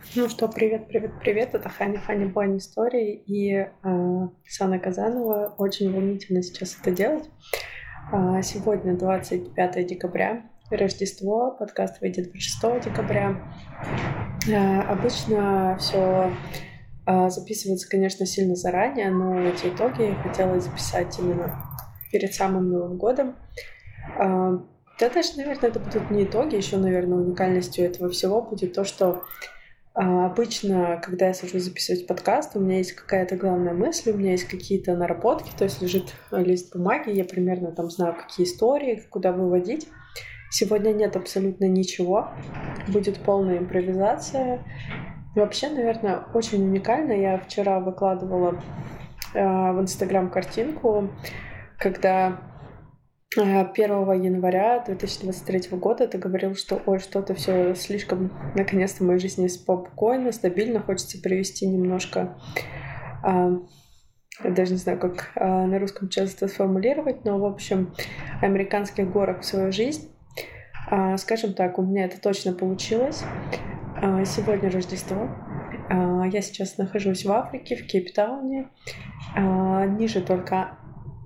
Ну что, привет, привет, привет. Это Ханя Бань Истории и Сана Казанова. Очень волнительно сейчас это делать. Сегодня 25 декабря, Рождество, подкаст выйдет 26 декабря. Обычно все записывается, конечно, сильно заранее, но эти итоги я хотела записать именно перед самым Новым годом. Да даже, наверное, это будут не итоги, еще, наверное, уникальностью этого всего будет то, что обычно, когда я сажусь записывать подкаст, у меня есть какая-то главная мысль, у меня есть какие-то наработки, то есть лежит лист бумаги, я примерно там знаю, какие истории, куда выводить. Сегодня нет абсолютно ничего, будет полная импровизация. Вообще, наверное, очень уникально. Я вчера выкладывала в Инстаграм картинку, когда 1 января 2023 года ты говорил, что ой, что-то все слишком, наконец-то, в моей жизни спокойно, стабильно, хочется привести немножко, я даже не знаю, как на русском часто сформулировать, но, в общем, американских горок в свою жизнь. Скажем так, у меня это точно получилось. Сегодня Рождество. Я сейчас нахожусь в Африке, в Кейптауне. Ниже только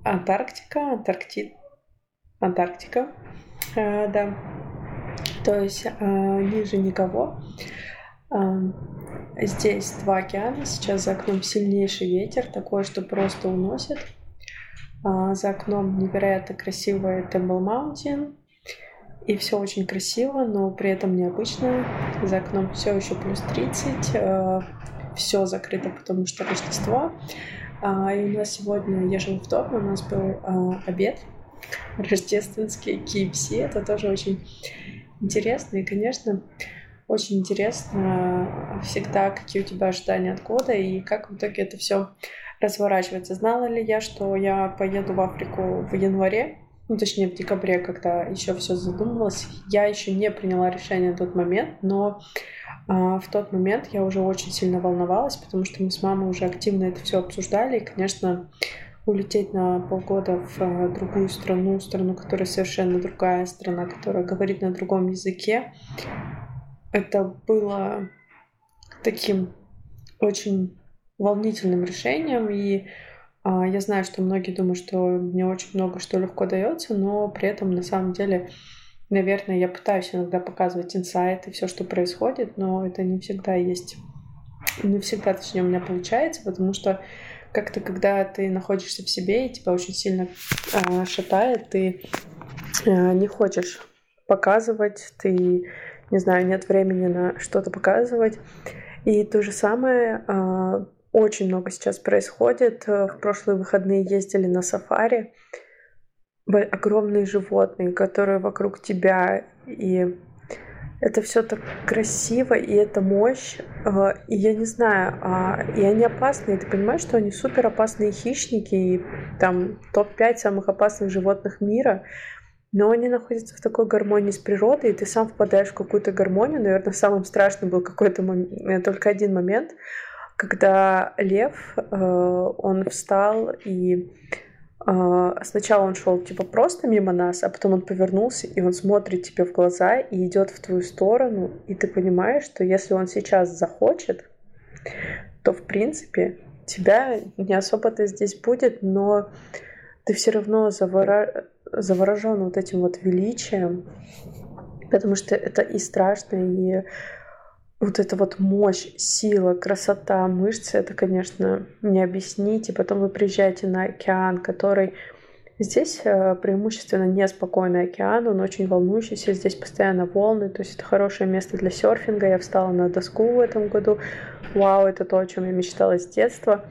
Антарктика, да. То есть ниже никого. Здесь два океана. Сейчас за окном сильнейший ветер, такой, что просто уносит. За окном невероятно красивый Тембл Маунтин. И все очень красиво, но при этом необычно. За окном все еще плюс 30. Все закрыто, потому что Рождество. И у нас сегодня, я живу в доме, у нас был обед рождественский, KFC. Это тоже очень интересно. И, конечно, очень интересно всегда, какие у тебя ожидания от года и как в итоге это все разворачивается. Знала ли я, что я поеду в Африку в январе? Ну, точнее, в декабре, когда еще все задумывалось. Я еще не приняла решение на тот момент, но в тот момент я уже очень сильно волновалась, потому что мы с мамой уже активно это все обсуждали. И, конечно, улететь на полгода в другую страну, которая совершенно другая, страна, которая говорит на другом языке, это было таким очень волнительным решением. И я знаю, что многие думают, что мне очень много что легко дается, но при этом на самом деле, наверное, я пытаюсь иногда показывать инсайты, все, что происходит, но это не всегда есть, не всегда, точнее, у меня получается, потому что как-то, когда ты находишься в себе и тебя очень сильно шатает, ты не хочешь показывать, ты, не знаю, нет времени на что-то показывать. И то же самое очень много сейчас происходит. В прошлые выходные ездили на сафари. Огромные животные, которые вокруг тебя. И это все так красиво, и это мощь. И я не знаю, и они опасные. Ты понимаешь, что они супер опасные хищники, и там топ-5 самых опасных животных мира. Но они находятся в такой гармонии с природой, и ты сам впадаешь в какую-то гармонию. Наверное, самым страшным был какой-то только один момент, когда лев, он встал и сначала он шел типа просто мимо нас, а потом он повернулся, и он смотрит тебе в глаза и идет в твою сторону, и ты понимаешь, что если он сейчас захочет, то в принципе тебя не особо-то здесь будет, но ты все равно заворожен вот этим вот величием, потому что это и страшно, и вот эта вот мощь, сила, красота, мышцы, это, конечно, не объяснить. И потом вы приезжаете на океан, который здесь преимущественно неспокойный океан, он очень волнующийся, здесь постоянно волны, то есть это хорошее место для серфинга. Я встала на доску в этом году. Вау, это то, о чем я мечтала с детства.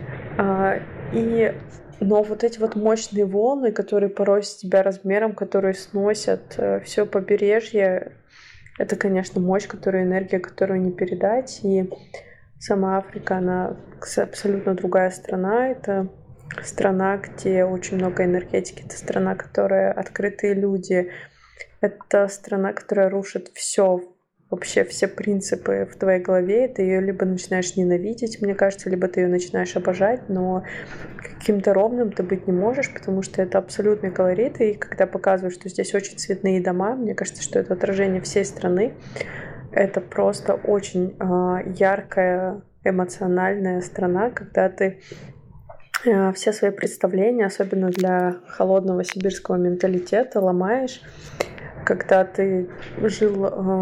Но вот эти вот мощные волны, которые порой с тебя размером, которые сносят все побережье, это, конечно, мощь, энергия, которую не передать. И сама Африка, она абсолютно другая страна. Это страна, где очень много энергетики. Это страна, которая открытые люди. Это страна, которая рушит все, вообще все принципы в твоей голове. Ты ее либо начинаешь ненавидеть, мне кажется, либо ты ее начинаешь обожать, но каким-то ровным ты быть не можешь, потому что это абсолютный колорит. И когда показывают, что здесь очень цветные дома, мне кажется, что это отражение всей страны. это просто очень яркая, эмоциональная страна, когда ты все свои представления, особенно для холодного сибирского менталитета, ломаешь, когда ты жил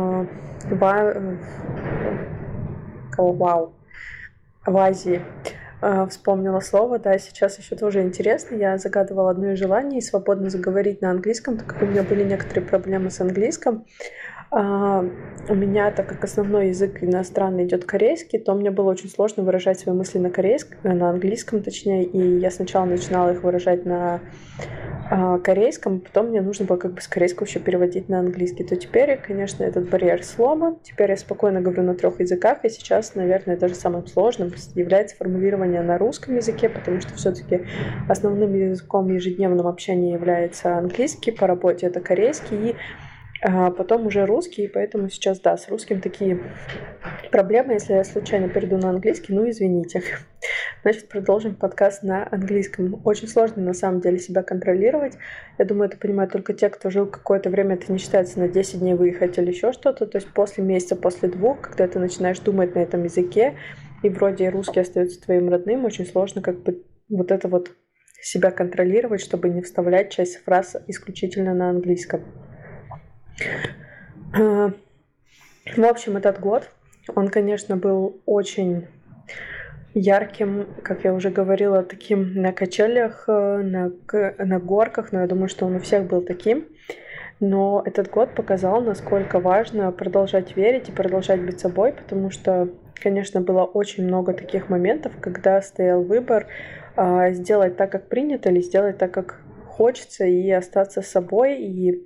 в Азии. Вспомнила слово, да, сейчас еще тоже интересно. Я загадывала одно из желаний свободно заговорить на английском, так как у меня были некоторые проблемы с английским. У меня, так как основной язык иностранный идет корейский, то мне было очень сложно выражать свои мысли на английском, точнее, и я сначала начинала их выражать на корейском, потом мне нужно было как бы с корейского еще переводить на английский. То теперь, конечно, этот барьер сломан. Теперь я спокойно говорю на 3 языках, и сейчас, наверное, даже самым сложным является формулирование на русском языке, потому что все-таки основным языком ежедневного общения является английский, по работе это корейский, и потом уже русский, и поэтому сейчас, да, с русским такие проблемы. Если я случайно перейду на английский, ну, извините. Значит, продолжим подкаст на английском. Очень сложно, на самом деле, себя контролировать. Я думаю, это понимают только те, кто жил какое-то время, это не считается на 10 дней выехать или еще что-то. То есть после месяца, после 2, когда ты начинаешь думать на этом языке, и вроде русский остается твоим родным, очень сложно как бы вот это вот себя контролировать, чтобы не вставлять часть фраз исключительно на английском. В общем, этот год, он, конечно, был очень ярким, как я уже говорила, таким на качелях, на горках, но я думаю, что он у всех был таким. Но этот год показал, насколько важно продолжать верить и продолжать быть собой, потому что, конечно, было очень много таких моментов, когда стоял выбор сделать так, как принято, или сделать так, как хочется, и остаться собой. И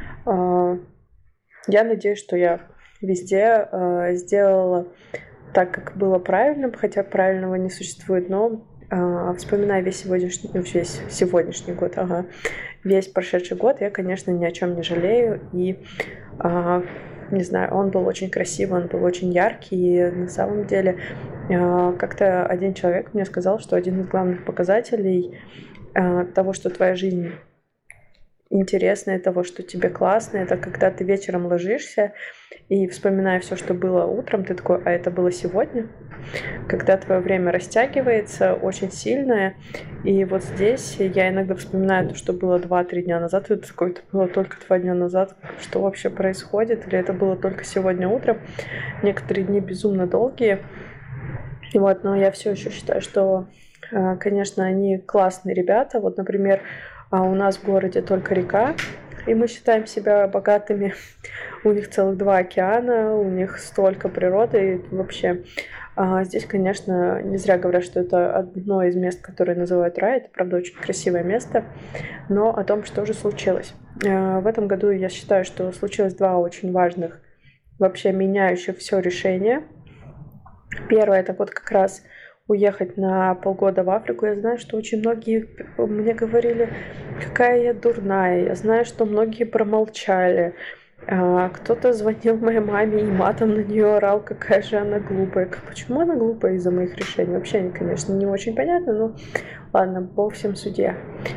я надеюсь, что я везде сделала так, как было правильно, хотя правильного не существует, но вспоминая весь сегодняшний год, весь прошедший год, я, конечно, ни о чем не жалею, и не знаю, он был очень красивый, он был очень яркий, и на самом деле как-то один человек мне сказал, что один из главных показателей того, что твоя жизнь интересное, того, что тебе классно, это когда ты вечером ложишься и, вспоминая все, что было утром, ты такой, а это было сегодня? Когда твое время растягивается очень сильное, и вот здесь я иногда вспоминаю то, что было 2-3 дня назад, и это такое, это было только 2 дня назад, что вообще происходит, или это было только сегодня утром. Некоторые дни безумно долгие, вот, но я все еще считаю, что, конечно, они классные ребята. Вот, например, у нас в городе только река, и мы считаем себя богатыми. У них целых 2 океана, у них столько природы. И вообще, здесь, конечно, не зря говорят, что это одно из мест, которые называют рай. Это, правда, очень красивое место. Но о том, что же случилось. В этом году я считаю, что случилось 2 очень важных, вообще меняющих все решения. Первое, это вот как раз уехать на полгода в Африку. Я знаю, что очень многие мне говорили, какая я дурная. Я знаю, что многие промолчали. Кто-то звонил моей маме и матом на нее орал, какая же она глупая. Почему она глупая из-за моих решений? Вообще, конечно, не очень понятно, но ладно, Бог всем судья.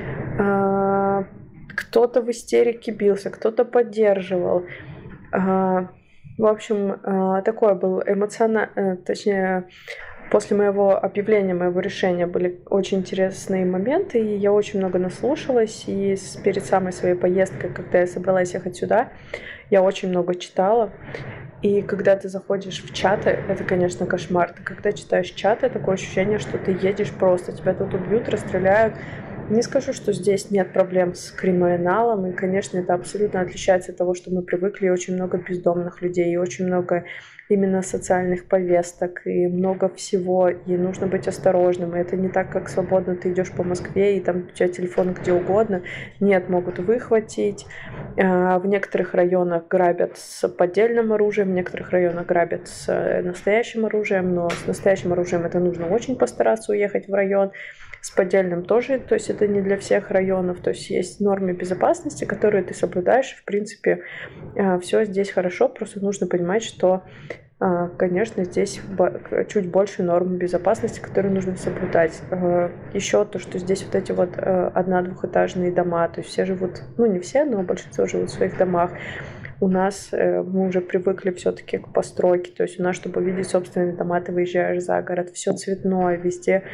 Кто-то в истерике бился, кто-то поддерживал. В общем, такое было точнее, после моего объявления, моего решения были очень интересные моменты, и я очень много наслушалась, и перед самой своей поездкой, когда я собралась ехать сюда, я очень много читала. И когда ты заходишь в чаты, это, конечно, кошмар. Ты когда читаешь чаты, такое ощущение, что ты едешь просто, тебя тут убьют, расстреляют. Не скажу, что здесь нет проблем с криминалом, и, конечно, это абсолютно отличается от того, что мы привыкли. Очень много бездомных людей, и очень много именно социальных повесток, и много всего, и нужно быть осторожным. И это не так, как свободно ты идешь по Москве, и там у тебя телефон где угодно. Нет, могут выхватить. В некоторых районах грабят с поддельным оружием, в некоторых районах грабят с настоящим оружием, но с настоящим оружием это нужно очень постараться уехать в район. С поддельным тоже, то есть это не для всех районов, то есть есть нормы безопасности, которые ты соблюдаешь, в принципе, все здесь хорошо, просто нужно понимать, что, конечно, здесь чуть больше норм безопасности, которые нужно соблюдать. Еще то, что здесь вот эти вот 1-2-этажные дома, то есть все живут, ну не все, но большинство живут в своих домах. у нас мы уже привыкли все-таки к постройке, то есть у нас, чтобы увидеть собственные дома, ты выезжаешь за город, все цветное, везде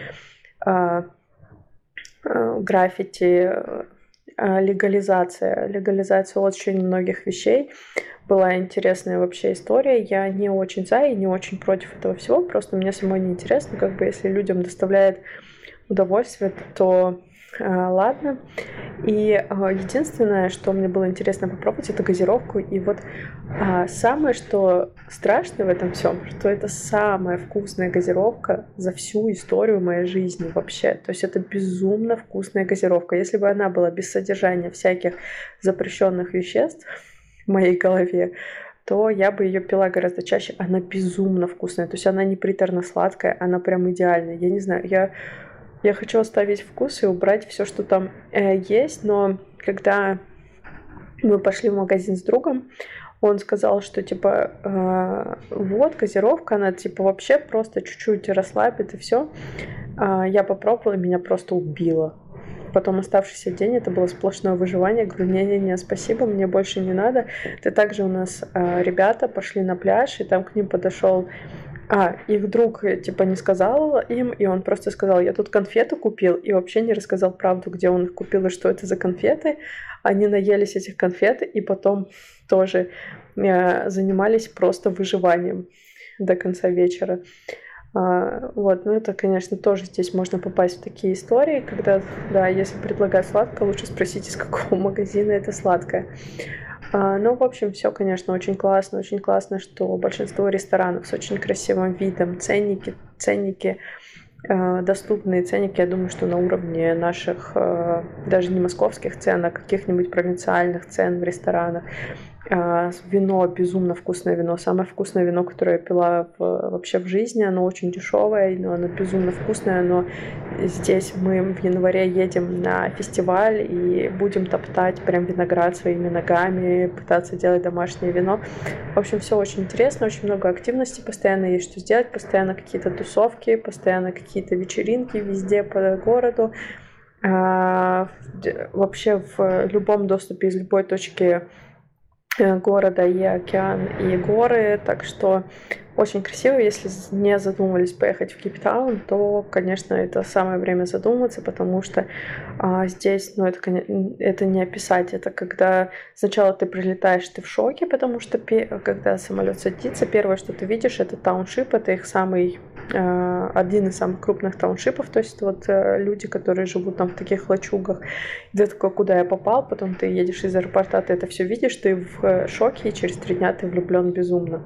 граффити, легализация очень многих вещей. Была интересная вообще история. Я не очень за и не очень против этого всего, просто мне самой неинтересно, как бы если людям доставляет удовольствие, то ладно. И единственное, что мне было интересно попробовать, это газировку. И вот самое, что страшное в этом всем, что это самая вкусная газировка за всю историю моей жизни вообще. То есть это безумно вкусная газировка. Если бы она была без содержания всяких запрещенных веществ в моей голове, то я бы ее пила гораздо чаще. Она безумно вкусная. То есть она не приторно-сладкая, она прям идеальная. Я не знаю, я хочу оставить вкус и убрать все, что там есть, но когда мы пошли в магазин с другом, он сказал, что типа вот газировка, она типа вообще просто чуть-чуть расслабит и все. Я попробовала, и меня просто убило. Потом оставшийся день это было сплошное выживание. Я говорю, не-не-не, спасибо, мне больше не надо. Это также у нас ребята пошли на пляж, и там к ним подошел их друг, типа, не сказал им, и он просто сказал, я тут конфеты купил, и вообще не рассказал правду, где он их купил и что это за конфеты. Они наелись этих конфет, и потом тоже занимались просто выживанием до конца вечера. Вот, ну это, конечно, тоже здесь можно попасть в такие истории, когда, да, если предлагают сладкое, лучше спросить, из какого магазина это сладкое. Ну, в общем, все, конечно, очень классно, что большинство ресторанов с очень красивым видом, ценники, доступные ценники, я думаю, что на уровне наших, даже не московских цен, а каких-нибудь провинциальных цен в ресторанах. Вино, безумно вкусное вино, самое вкусное вино, которое я пила вообще в жизни, оно очень дешевое, но оно безумно вкусное, но здесь мы в январе едем на фестиваль и будем топтать прям виноград своими ногами, пытаться делать домашнее вино. В общем, все очень интересно, очень много активности, постоянно есть что сделать, постоянно какие-то тусовки, постоянно какие-то вечеринки везде по городу. Вообще в любом доступе из любой точки города и океан, и горы, так что очень красиво. Если не задумывались поехать в Кейптаун, то, конечно, это самое время задуматься, потому что здесь, ну, это не описать. Это когда сначала ты прилетаешь, ты в шоке, потому что когда самолет садится, первое, что ты видишь, это тауншип, это их один из самых крупных тауншипов, то есть вот люди, которые живут там в таких лачугах, и ты такой, куда я попал, потом ты едешь из аэропорта, ты это все видишь, ты в шоке, и через 3 дня ты влюблен безумно.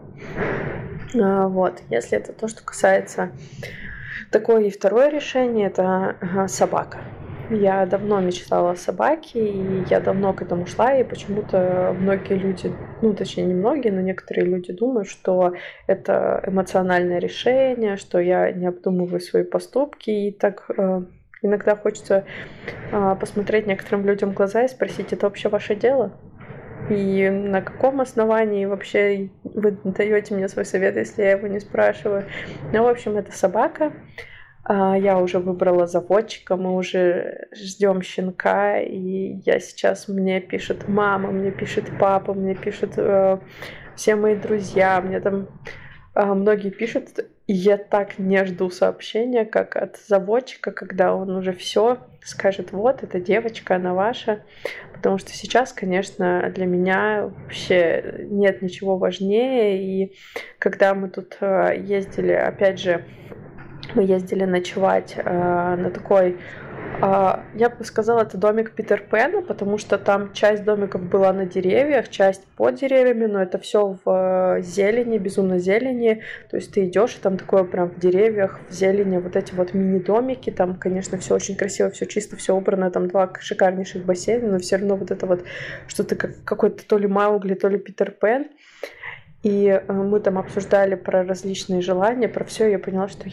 Вот, если это то, что касается такое. И второе решение, это собака. Я давно мечтала о собаке, и я давно к этому шла, и почему-то многие люди, ну, точнее, не многие, но некоторые люди думают, что это эмоциональное решение, что я не обдумываю свои поступки, и так иногда хочется посмотреть некоторым людям в глаза и спросить, это вообще ваше дело? И на каком основании вообще вы даете мне свой совет, если я его не спрашиваю? Ну, в общем, это собака. Я уже выбрала заводчика, мы уже ждем щенка, и мне пишет мама, мне пишет папа, мне пишут все мои друзья, мне там многие пишут, и я так не жду сообщения, как от заводчика, когда он уже все скажет, вот, эта девочка, она ваша. Потому что сейчас, конечно, для меня вообще нет ничего важнее. И когда мы тут ездили, опять же, мы ездили ночевать на такой, я бы сказала, это домик Питер Пэна, потому что там часть домиков была на деревьях, часть под деревьями, но это все в зелени, безумно зелени. То есть ты идешь, и там такое прям в деревьях, в зелени, вот эти вот мини-домики. Там, конечно, все очень красиво, все чисто, все убрано. Там 2 шикарнейших бассейна, но все равно вот это вот что-то какой-то то ли Маугли, то ли Питер Пэн. И мы там обсуждали про различные желания, про все. Я поняла, что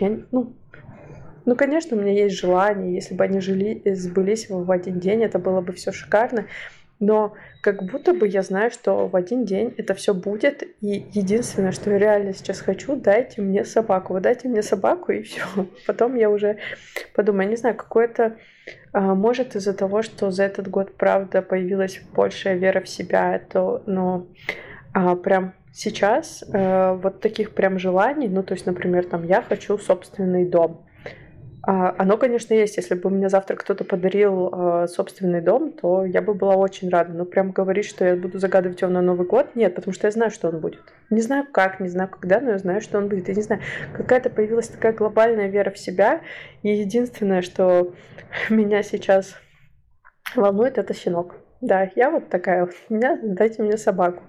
ну, конечно, у меня есть желания, если бы они сбылись в один день, это было бы все шикарно, но как будто бы я знаю, что в один день это все будет, и единственное, что я реально сейчас хочу, дайте мне собаку, вы дайте мне собаку, и все. Потом я уже подумаю, не знаю, какое-то, может, из-за того, что за этот год, правда, появилась большая вера в себя, но прям сейчас вот таких прям желаний, ну, то есть, например, там, я хочу собственный дом. Оно, конечно, есть. Если бы мне завтра кто-то подарил собственный дом, то я бы была очень рада. Но прям говорить, что я буду загадывать его на Новый год, нет, потому что я знаю, что он будет. Не знаю как, не знаю когда, но я знаю, что он будет. Я не знаю, какая-то появилась такая глобальная вера в себя. И единственное, что меня сейчас волнует, это щенок. Да, я вот такая вот. Дайте мне собаку.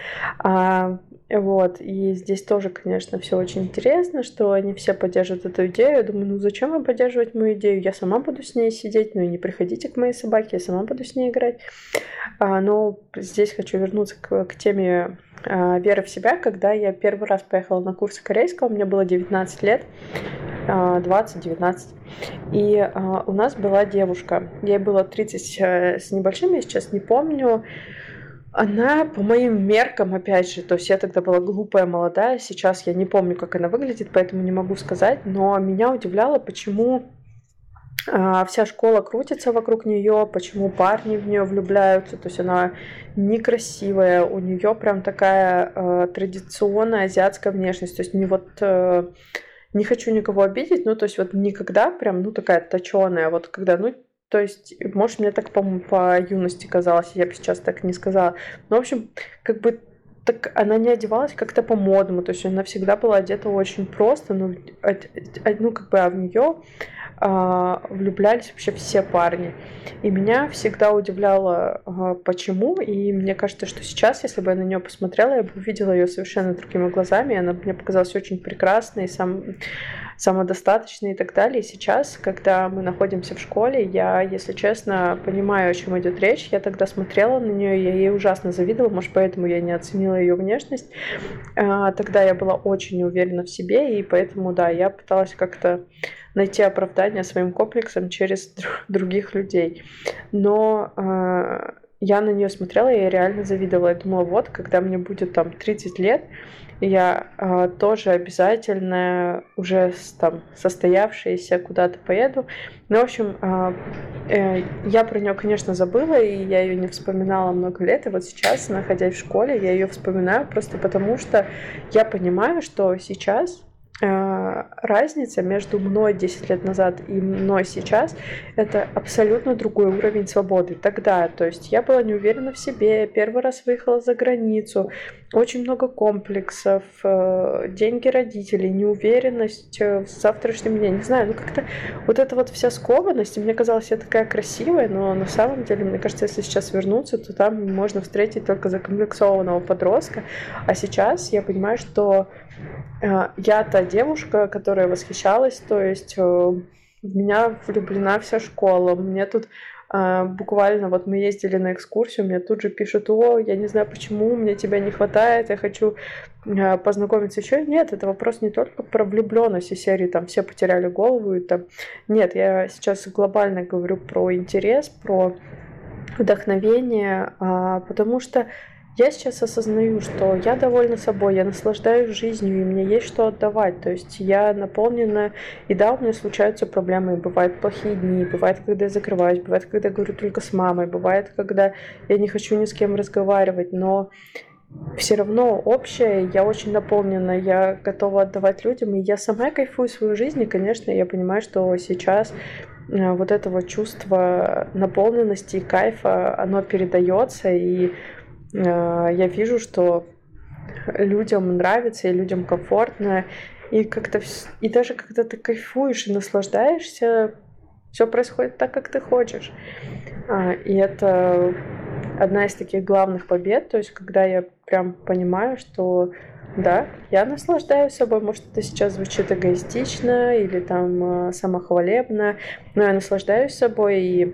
Вот, и здесь тоже, конечно, все очень интересно, что они все поддерживают эту идею. Я думаю, ну зачем вам поддерживать мою идею? Я сама буду с ней сидеть, ну и не приходите к моей собаке, я сама буду с ней играть. Но здесь хочу вернуться к теме веры в себя. Когда я первый раз поехала на курсы корейского, мне было 19 лет, 20-19. И у нас была девушка, ей было 30 с небольшим, я сейчас не помню. Она, по моим меркам, опять же, то есть я тогда была глупая, молодая, сейчас я не помню, как она выглядит, поэтому не могу сказать, но меня удивляло, почему вся школа крутится вокруг нее, почему парни в нее влюбляются, то есть она некрасивая, у нее прям такая традиционная азиатская внешность, то есть не вот... не хочу никого обидеть, ну, то есть вот никогда прям, ну, такая точеная, вот когда, ну, то есть, может, мне так по юности казалось, я бы сейчас так не сказала. Но, в общем, как бы так она не одевалась как-то по-модному, то есть она всегда была одета очень просто, ну, как бы, в нее влюблялись вообще все парни. И меня всегда удивляло, почему. И мне кажется, что сейчас, если бы я на нее посмотрела, я бы увидела ее совершенно другими глазами. Она мне показалась очень прекрасной, самодостаточной и так далее. И сейчас, когда мы находимся в школе, я, если честно, понимаю, о чем идет речь. Я тогда смотрела на нее, я ей ужасно завидовала, может, поэтому я не оценила ее внешность. Тогда я была очень уверена в себе, и поэтому, да, я пыталась как-то найти оправдание своим комплексам через других людей. Но я на нее смотрела, и я реально завидовала. Я думала, вот, когда мне будет там 30 лет, я тоже обязательно уже там состоявшаяся куда-то поеду. Ну, в общем, я про нее, конечно, забыла, и я ее не вспоминала много лет. И вот сейчас, находясь в школе, я ее вспоминаю просто потому, что я понимаю, что сейчас разница между мной 10 лет назад и мной сейчас — это абсолютно другой уровень свободы. Тогда, то есть я была не уверена в себе, первый раз выехала за границу, очень много комплексов, деньги родителей, неуверенность в завтрашнем дне. Не знаю, ну как-то вот эта вот вся скованность, и мне казалось, я такая красивая, но на самом деле, мне кажется, если сейчас вернуться, то там можно встретить только закомплексованного подростка. А сейчас я понимаю, что я та девушка, которая восхищалась, то есть в меня влюблена вся школа. Мне тут буквально вот мы ездили на экскурсию, мне тут же пишут: о, я не знаю почему, мне тебя не хватает, я хочу познакомиться еще. Нет, это вопрос не только про влюбленность из серии, там все потеряли голову. И, там... Нет, я сейчас глобально говорю про интерес, про вдохновение, потому что я сейчас осознаю, что я довольна собой, я наслаждаюсь жизнью, и мне есть что отдавать. То есть я наполнена, и да, у меня случаются проблемы, бывают плохие дни, бывает, когда я закрываюсь, бывает, когда я говорю только с мамой, бывает, когда я не хочу ни с кем разговаривать, но все равно общее, я очень наполнена, я готова отдавать людям, и я сама кайфую свою жизнь, и, конечно, я понимаю, что сейчас вот это вот чувство наполненности и кайфа, оно передается, и я вижу, что людям нравится, и людям комфортно, и как-то и даже когда ты кайфуешь и наслаждаешься, все происходит так, как ты хочешь. И это одна из таких главных побед, то есть когда я прям понимаю, что да, я наслаждаюсь собой, может, это сейчас звучит эгоистично или там самохвалебно, но я наслаждаюсь собой, и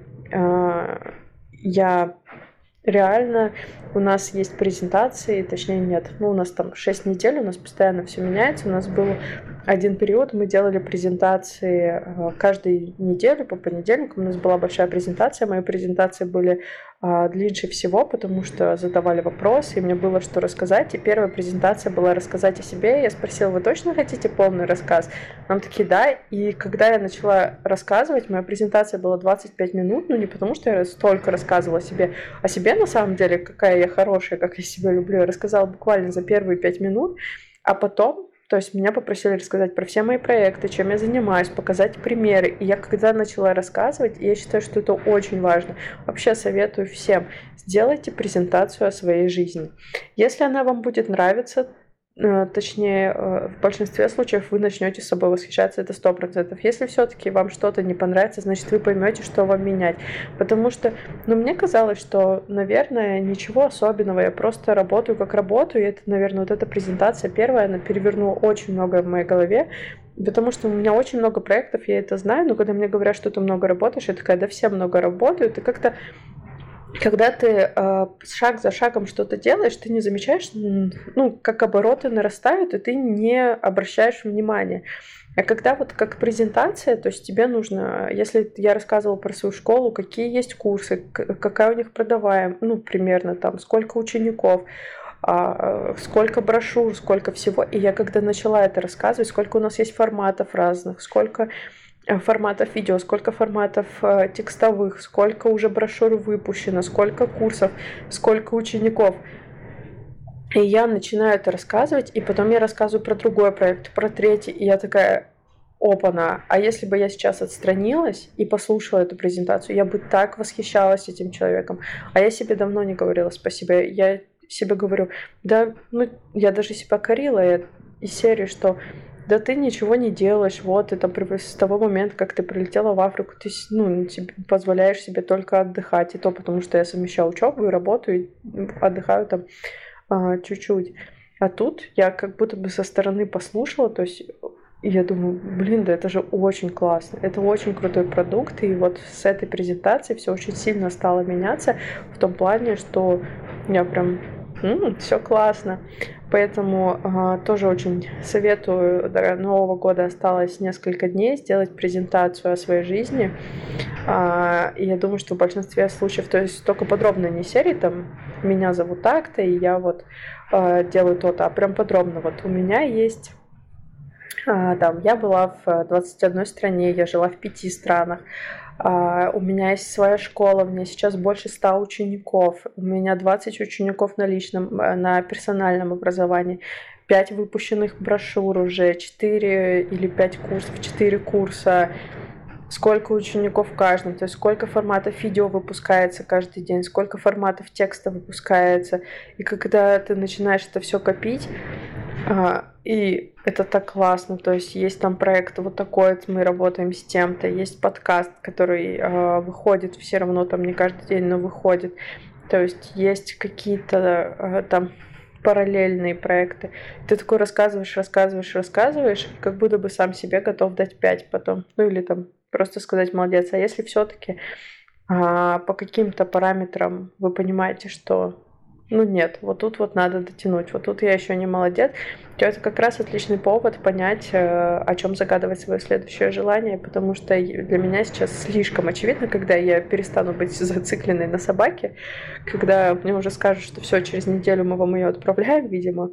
я реально, у нас есть презентации, точнее нет, ну у нас там 6 недель, у нас постоянно все меняется, у нас был один период мы делали презентации каждую неделю, по понедельникам у нас была большая презентация. Мои презентации были длиннее всего, потому что задавали вопросы, и мне было что рассказать. И первая презентация была рассказать о себе. Я спросила, вы точно хотите полный рассказ? Нам такие, да. И когда я начала рассказывать, моя презентация была 25 минут, не потому что я столько рассказывала о себе на самом деле, какая я хорошая, как я себя люблю. Я рассказала буквально за первые 5 минут, а потом, то есть меня попросили рассказать про все мои проекты, чем я занимаюсь, показать примеры. И я когда начала рассказывать, я считаю, что это очень важно. Вообще советую всем, сделайте презентацию о своей жизни. Если она вам будет нравиться, точнее, в большинстве случаев вы начнете с собой восхищаться, это 100%. Если все-таки вам что-то не понравится, значит, вы поймете, что вам менять. Потому что, мне казалось, что, наверное, ничего особенного, я просто работаю, как работаю, и это, наверное, вот эта презентация первая, она перевернула очень многое в моей голове, потому что у меня очень много проектов, я это знаю, но когда мне говорят, что ты много работаешь, я такая, да все много работают, и как-то когда ты шаг за шагом что-то делаешь, ты не замечаешь, как обороты нарастают, и ты не обращаешь внимания. А когда вот как презентация, то есть тебе нужно, если я рассказывала про свою школу, какие есть курсы, какая у них продаваемость, примерно там, сколько учеников, сколько брошюр, сколько всего. И я когда начала это рассказывать, сколько у нас есть форматов разных, сколько форматов видео, сколько форматов текстовых, сколько уже брошюр выпущено, сколько курсов, сколько учеников. И я начинаю это рассказывать, и потом я рассказываю про другой проект, про третий, и я такая, опа-на, а если бы я сейчас отстранилась и послушала эту презентацию, я бы так восхищалась этим человеком. А я себе давно не говорила спасибо. Я себе говорю, да, я даже себя корила из серии, что да ты ничего не делаешь, вот, это с того момента, как ты прилетела в Африку, ты позволяешь себе только отдыхать, и то потому, что я совмещаю учебу и работу, и отдыхаю там чуть-чуть. А тут я как будто бы со стороны послушала, то есть я думаю, да это же очень классно, это очень крутой продукт, и вот с этой презентацией все очень сильно стало меняться в том плане, что я прям, все классно. Поэтому тоже очень советую, до Нового года осталось несколько дней, сделать презентацию о своей жизни. И я думаю, что в большинстве случаев, то есть только подробно не серии, там, меня зовут так-то, и я вот делаю то-то, а прям подробно. Вот у меня есть, я была в 21 стране, я жила в 5 странах. У меня есть своя школа, у меня сейчас больше 100 учеников, у меня 20 учеников на персональном образовании, 5 выпущенных брошюр уже, 4 или 5 курсов, 4 курса, сколько учеников в каждом, то есть сколько форматов видео выпускается каждый день, сколько форматов текста выпускается. И когда ты начинаешь это все копить, и это так классно, то есть есть там проект вот такой, мы работаем с тем-то, есть подкаст, который выходит все равно там не каждый день, но выходит, то есть есть какие-то там параллельные проекты. Ты такой рассказываешь, и как будто бы сам себе готов дать 5 потом, или там просто сказать молодец. А если все-таки по каким-то параметрам вы понимаете, что нет, вот тут вот надо дотянуть, вот тут я еще не молодец, то это как раз отличный повод понять, о чем загадывать свое следующее желание, потому что для меня сейчас слишком очевидно, когда я перестану быть зацикленной на собаке, когда мне уже скажут, что все, через неделю мы вам ее отправляем, видимо,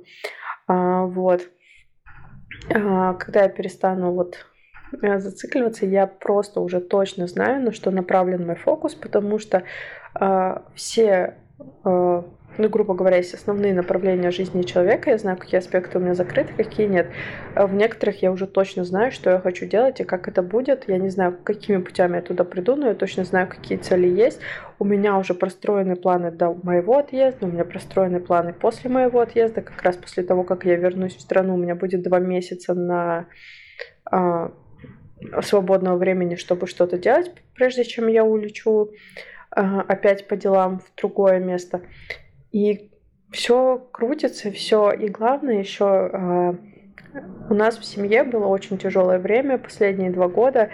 когда я перестану зацикливаться, я просто уже точно знаю, на что направлен мой фокус, потому что все грубо говоря, есть основные направления жизни человека. Я знаю, какие аспекты у меня закрыты, какие нет. В некоторых я уже точно знаю, что я хочу делать и как это будет. Я не знаю, какими путями я туда приду, но я точно знаю, какие цели есть. У меня уже простроены планы до моего отъезда, у меня простроены планы после моего отъезда. Как раз после того, как я вернусь в страну, у меня будет 2 месяца на свободного времени, чтобы что-то делать, прежде чем я улечу опять по делам в другое место. И все крутится, все. И главное еще у нас в семье было очень тяжелое время последние 2 года,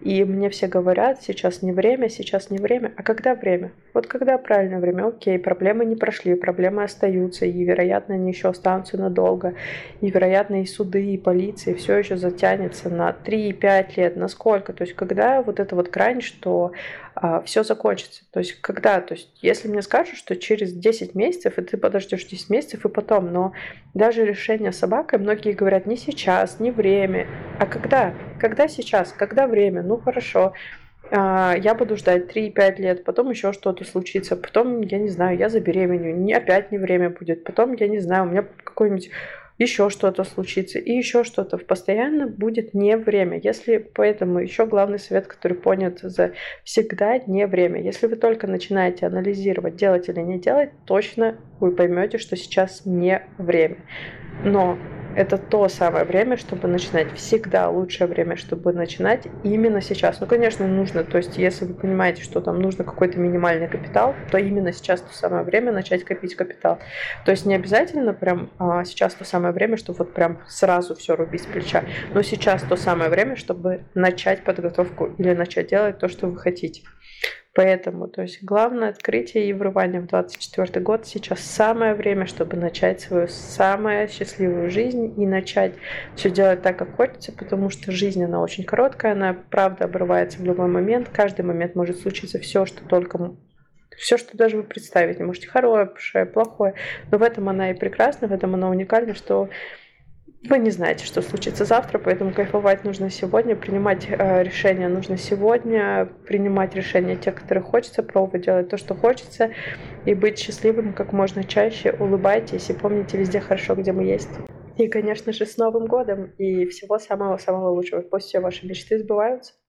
И мне все говорят, сейчас не время, сейчас не время. А когда время? Вот когда правильное время, окей, проблемы не прошли, проблемы остаются, и, вероятно, они еще останутся надолго. И, вероятно, и суды, и полиция, все еще затянется на 3-5 лет, на сколько? То есть, когда вот эта вот грань, что все закончится. То есть, когда? То есть, если мне скажут, что через 10 месяцев, и ты подождешь 10 месяцев, и потом, но даже решение с собакой, многие говорят, не сейчас, не время. А когда? Когда сейчас? Когда время? Ну, хорошо. Я буду ждать 3-5 лет, потом еще что-то случится, потом, я не знаю, я забеременею, опять не время будет, потом, я не знаю, у меня какой-нибудь еще что-то случится, и еще что-то. Постоянно будет не время. Если поэтому еще главный совет, который понят за всегда не время. Если вы только начинаете анализировать, делать или не делать, точно вы поймете, что сейчас не время. Но это то самое время, чтобы начинать. Всегда лучшее время, чтобы начинать именно сейчас. Ну, конечно, нужно, то есть, если вы понимаете, что там нужно какой-то минимальный капитал, то именно сейчас то самое время начать копить капитал. То есть, не обязательно прям сейчас то самое время, чтобы вот прям сразу все рубить с плеча, но сейчас то самое время, чтобы начать подготовку или начать делать то, что вы хотите. Поэтому, то есть, главное открытие и врывание в 2024 год сейчас самое время, чтобы начать свою самую счастливую жизнь и начать все делать так, как хочется, потому что жизнь, она очень короткая, она правда обрывается в любой момент, каждый момент может случиться все, что только все, что даже вы представить не можете, хорошее, плохое, но в этом она и прекрасна, в этом она уникальна, что вы не знаете, что случится завтра, поэтому кайфовать нужно сегодня, принимать решения нужно сегодня, принимать решения те, которые хочется, пробовать делать то, что хочется, и быть счастливым как можно чаще. Улыбайтесь и помните, везде хорошо, где мы есть. И, конечно же, с Новым годом и всего самого-самого лучшего. Пусть все ваши мечты сбываются.